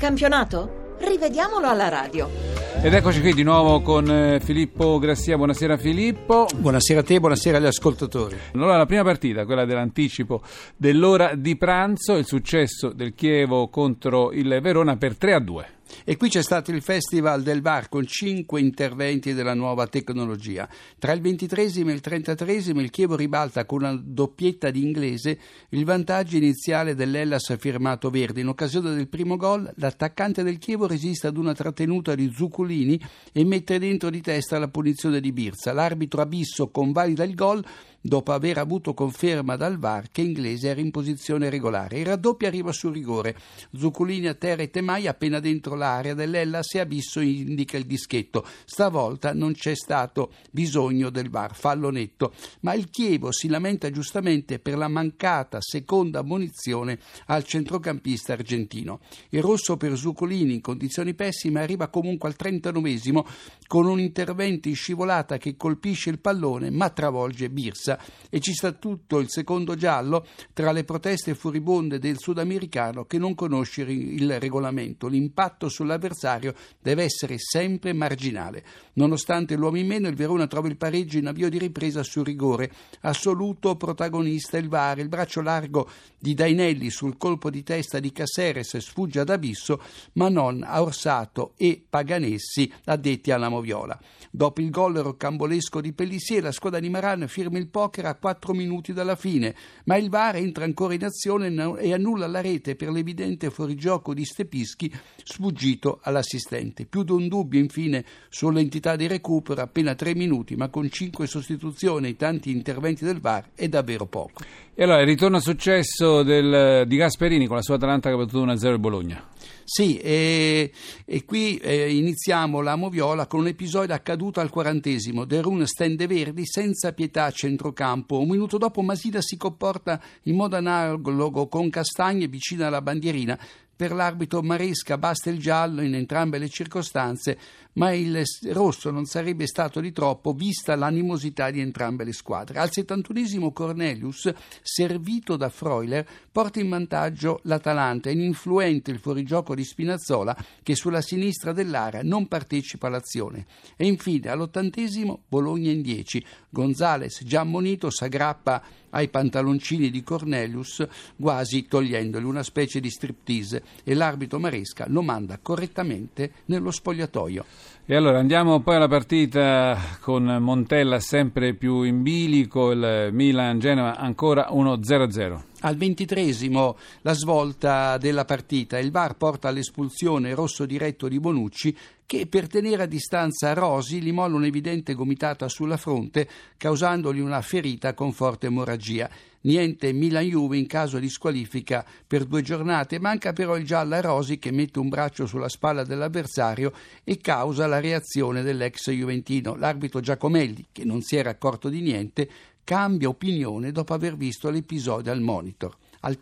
campionato? Rivediamolo alla radio. Ed eccoci qui di nuovo con Filippo Grassia. Buonasera Filippo. Buonasera a te, buonasera agli ascoltatori. Allora, la prima partita, quella dell'anticipo dell'ora di pranzo, il successo del Chievo contro il Verona per 3-2. E qui c'è stato il Festival del VAR con 5 interventi della nuova tecnologia. Tra il 23esimo e il 33esimo il Chievo ribalta con una doppietta di Inglese il vantaggio iniziale dell'Hellas firmato Verdi. In occasione del primo gol l'attaccante del Chievo resiste ad una trattenuta di Zuculini e mette dentro di testa la punizione di Birsa. L'arbitro Abisso convalida il gol dopo aver avuto conferma dal VAR che Inglese era in posizione regolare. Il raddoppio arriva sul rigore. Zuculini a terra e Temai appena dentro l'area dell'Hellas e Abisso indica il dischetto. Stavolta non c'è stato bisogno del VAR, fallo netto. Ma il Chievo si lamenta giustamente per la mancata seconda ammonizione al centrocampista argentino. Il rosso per Zuculini in condizioni pessime arriva comunque al 39esimo con un intervento in scivolata che colpisce il pallone ma travolge Birsa. E ci sta tutto il secondo giallo tra le proteste furibonde del sudamericano che non conosce il regolamento. L'impatto sull'avversario deve essere sempre marginale. Nonostante l'uomo in meno, il Verona trova il pareggio in avvio di ripresa sul rigore. Assoluto protagonista il VAR. Il braccio largo di Dainelli sul colpo di testa di Caceres sfugge ad Abisso, ma non a Orsato e Paganessi, addetti alla moviola. Dopo il gol rocambolesco di Pellissier, la squadra di Maran firma il poker a 4 minuti dalla fine, ma il VAR entra ancora in azione e annulla la rete per l'evidente fuorigioco di Stepischi sfuggito all'assistente. Più di un dubbio infine sull'entità di recupero, appena 3 minuti, ma con 5 sostituzioni e tanti interventi del VAR è davvero poco. E allora il ritorno a successo di Gasperini con la sua Atalanta che ha battuto 1-0 il Bologna. Sì, e qui iniziamo la moviola con un episodio accaduto al 40esimo. De Roon stende Verdi senza pietà a centrocampo. Un minuto dopo Masina si comporta in modo analogo con Castagne vicino alla bandierina. Per l'arbitro Maresca basta il giallo in entrambe le circostanze, ma il rosso non sarebbe stato di troppo vista l'animosità di entrambe le squadre. Al 71esimo Cornelius, servito da Freuler, porta in vantaggio l'Atalanta. È ininfluente il fuorigioco di Spinazzola che sulla sinistra dell'area non partecipa all'azione. E infine all'80esimo Bologna in 10. Gonzales, già ammonito, s'aggrappa ai pantaloncini di Cornelius, quasi togliendogli una specie di striptease, e l'arbitro Maresca lo manda correttamente nello spogliatoio. E allora andiamo poi alla partita con Montella sempre più in bilico, il Milan-Genova ancora 1-0-0. Al 23esimo la svolta della partita, il VAR porta all'espulsione rosso diretto di Bonucci che per tenere a distanza Rosi gli molla un'evidente gomitata sulla fronte causandogli una ferita con forte emorragia. Niente Milan-Juve in caso di squalifica per 2 giornate, manca però il giallo a Rosi che mette un braccio sulla spalla dell'avversario e causa la reazione dell'ex juventino. L'arbitro Giacomelli, che non si era accorto di niente, cambia opinione dopo aver visto l'episodio al monitor. Al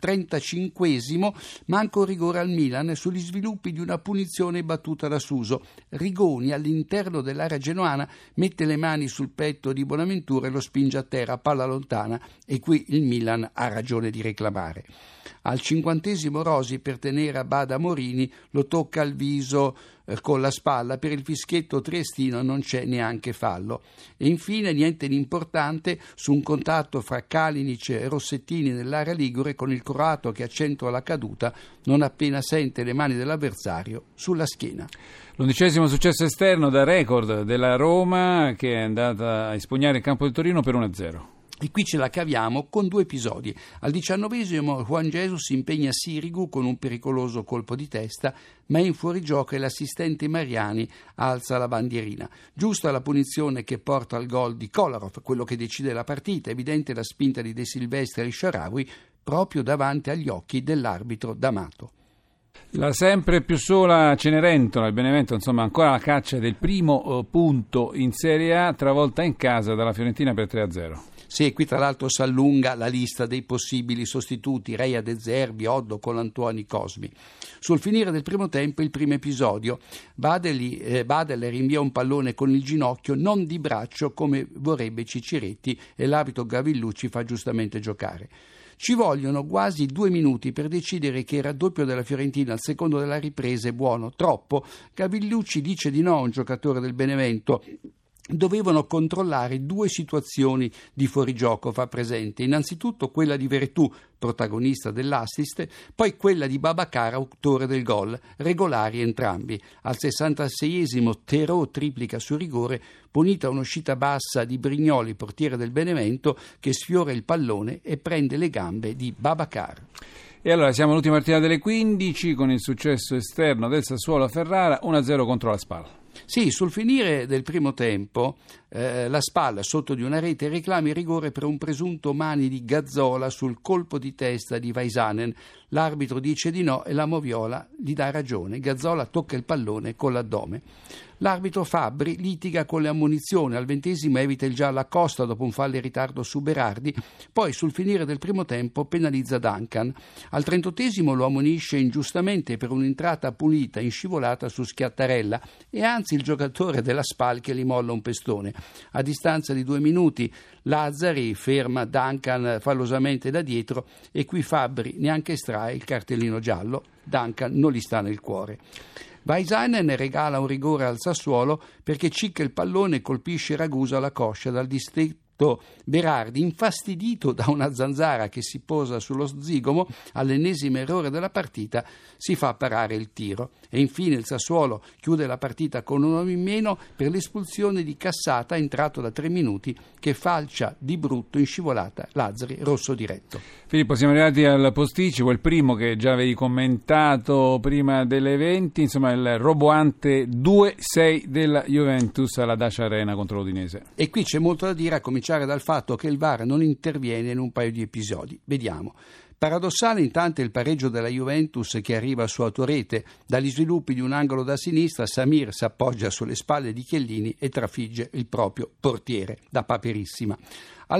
35esimo manca un rigore al Milan sugli sviluppi di una punizione battuta da Suso. Rigoni all'interno dell'area genoana mette le mani sul petto di Bonaventura e lo spinge a terra, palla lontana, e qui il Milan ha ragione di reclamare. Al 50esimo Rosi, per tenere a bada Morini, lo tocca al viso con la spalla. Per il fischietto triestino non c'è neanche fallo. E infine niente di importante su un contatto fra Kalinic e Rossettini nell'area ligure, con il croato che accentua la caduta non appena sente le mani dell'avversario sulla schiena. L'11° successo esterno da record della Roma che è andata a espugnare il campo del Torino per 1-0. E qui ce la caviamo con 2 episodi. Al 19esimo Juan Jesus impegna Sirigu con un pericoloso colpo di testa, ma è in fuorigioco e l'assistente Mariani alza la bandierina. Giusta la punizione che porta al gol di Kolarov, quello che decide la partita. Evidente la spinta di De Silvestri e Shaarawy proprio davanti agli occhi dell'arbitro D'Amato. La sempre più sola Cenerentola, il Benevento, insomma ancora la caccia del primo punto in Serie A, travolta in casa dalla Fiorentina per 3-0. Sì, qui tra l'altro si allunga la lista dei possibili sostituti, Reia De Zerbi, Oddo, Colantuoni, Cosmi. Sul finire del primo tempo, il primo episodio, Badel rinvia un pallone con il ginocchio, non di braccio come vorrebbe Cicciretti, e l'arbitro Gavillucci fa giustamente giocare. Ci vogliono quasi 2 minuti per decidere che il raddoppio della Fiorentina al secondo della ripresa è buono, troppo. Gavillucci dice di no a un giocatore del Benevento. Dovevano controllare 2 situazioni di fuorigioco, fa presente. Innanzitutto quella di Veretù, protagonista dell'assist, poi quella di Babacar, autore del gol, regolari entrambi. Al 66esimo Terò triplica su rigore, punita un'uscita bassa di Brignoli, portiere del Benevento, che sfiora il pallone e prende le gambe di Babacar. E allora siamo all'ultima partita delle 15 con il successo esterno del Sassuolo a Ferrara, 1-0 contro la Spal. Sì, sul finire del primo tempo la Spal, sotto di una rete, reclama il rigore per un presunto mani di Gazzola sul colpo di testa di Vaisanen. L'arbitro dice di no e la Moviola gli dà ragione. Gazzola tocca il pallone con l'addome. L'arbitro Fabbri litiga con le ammonizioni, al 20° evita il giallo a Costa dopo un fallo in ritardo su Berardi, poi sul finire del primo tempo penalizza Duncan. Al 38° lo ammonisce ingiustamente per un'entrata pulita in scivolata su Schiattarella, e anzi il giocatore della Spal che gli molla un pestone. A distanza di 2 minuti Lazzari ferma Duncan fallosamente da dietro e qui Fabbri neanche estrae il cartellino giallo. Duncan non gli sta nel cuore. Vaisanen regala un rigore al Sassuolo perché cicca il pallone e colpisce Ragusa alla coscia dal distretto. Berardi, infastidito da una zanzara che si posa sullo zigomo, all'ennesimo errore della partita, si fa parare il tiro. E infine il Sassuolo chiude la partita con un uomo in meno per l'espulsione di Cassata, entrato da 3 minuti, che falcia di brutto in scivolata Lazzari, rosso diretto. Filippo, siamo arrivati al posticipo, il primo che già avevi commentato prima delle 20, insomma il roboante 2-6 della Juventus alla Dacia Arena contro l'Udinese. E qui c'è molto da dire, a cominciare dal fatto che il VAR non interviene in un paio di episodi. Vediamo. Paradossale intanto il pareggio della Juventus che arriva su autorete. Dagli sviluppi di un angolo da sinistra Samir si appoggia sulle spalle di Chiellini e trafigge il proprio portiere, da paperissima. Al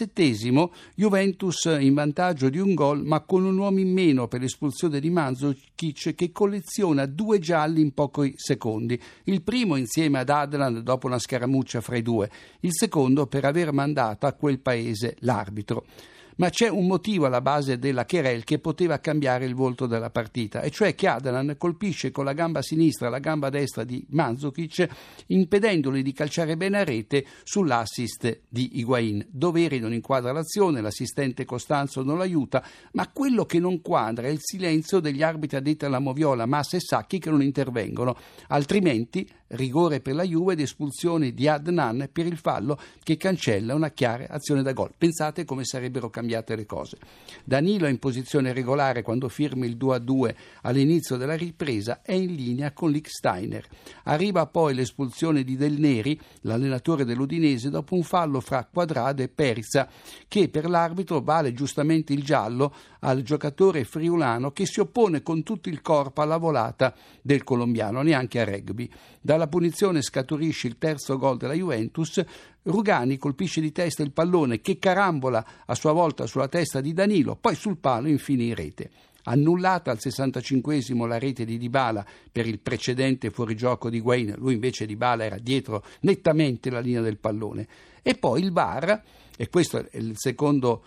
27° Juventus in vantaggio di un gol, ma con un uomo in meno per l'espulsione di Mandzukic, che colleziona 2 gialli in pochi secondi. Il primo insieme ad Adlan dopo una scaramuccia fra i due, il secondo per aver mandato a quel paese l'arbitro. Ma c'è un motivo alla base della querel che poteva cambiare il volto della partita, e cioè che Adlan colpisce con la gamba sinistra la gamba destra di Mandzukic, impedendogli di calciare bene a rete sull'assist di Higuain. Doveri non inquadra l'azione, l'assistente Costanzo non l'aiuta, ma quello che non quadra è il silenzio degli arbitri addetti alla Moviola, Massa e Sacchi, che non intervengono. Altrimenti rigore per la Juve ed espulsione di Adnan per il fallo che cancella una chiara azione da gol. Pensate come sarebbero cambiate le cose. Danilo è in posizione regolare quando firma il 2-2 all'inizio della ripresa, è in linea con Lichtsteiner. Arriva poi l'espulsione di Del Neri, l'allenatore dell'Udinese, dopo un fallo fra Quadrado e Perizza, che per l'arbitro vale giustamente il giallo al giocatore friulano che si oppone con tutto il corpo alla volata del colombiano, neanche a rugby. Dalla punizione scaturisce il terzo gol della Juventus. Rugani colpisce di testa il pallone che carambola a sua volta sulla testa di Danilo, poi sul palo, infine in rete. Annullata al 65° la rete di Dybala per il precedente fuorigioco di Higuain, lui invece Dybala era dietro nettamente la linea del pallone. E poi il VAR, e questo è il secondo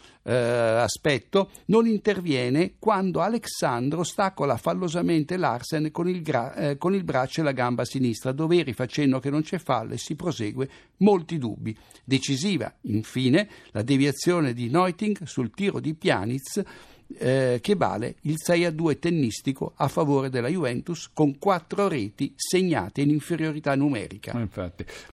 aspetto, non interviene quando Alexandro ostacola fallosamente Larsen con il braccio e la gamba sinistra. Doveri facendo che non c'è fallo e si prosegue, molti dubbi. Decisiva infine la deviazione di Neuting sul tiro di Pjanic, che vale il 6-2 tennistico a favore della Juventus, con 4 reti segnate in inferiorità numerica. Infatti.